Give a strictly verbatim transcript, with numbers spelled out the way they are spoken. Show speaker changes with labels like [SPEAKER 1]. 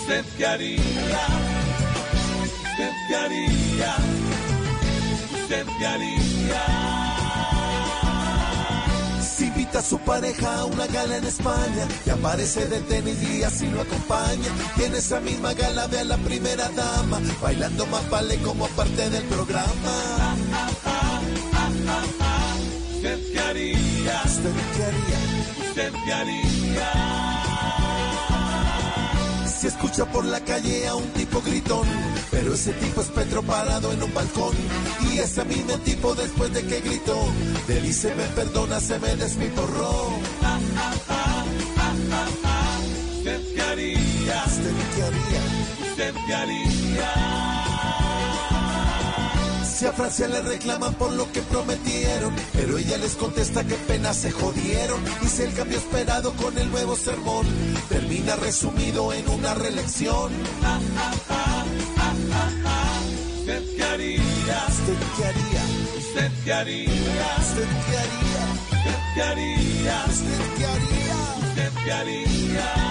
[SPEAKER 1] ¿Usted qué haría? ¿Usted qué haría? ¿Usted qué haría?
[SPEAKER 2] Si invita a su pareja a una gala en España y aparece de tenis y así lo acompaña, y en esa misma gala ve a la primera dama bailando más vale como parte del programa.
[SPEAKER 1] ¿Usted qué haría?
[SPEAKER 2] ¿Usted qué haría?
[SPEAKER 1] ¿Usted qué haría?
[SPEAKER 2] Si escucha por la calle a un tipo gritón, pero ese tipo es Petro parado en un balcón, y ese mismo tipo después de que gritó, le dice me perdona, se me despiporró.
[SPEAKER 1] ¿Usted qué haría?
[SPEAKER 2] ¿Usted qué haría?
[SPEAKER 1] ¿Usted qué haría?
[SPEAKER 2] Si a Francia le reclaman por lo que prometieron, pero ella les contesta que pena se jodieron. Y si el cambio esperado con el nuevo sermón termina resumido en una reelección.
[SPEAKER 1] ¿Usted qué haría?
[SPEAKER 2] ¿Usted qué haría?
[SPEAKER 1] ¿Usted qué haría?
[SPEAKER 2] ¿Usted qué haría?
[SPEAKER 1] ¿Usted qué haría?
[SPEAKER 2] ¿Usted qué haría?
[SPEAKER 1] ¿Usted qué haría?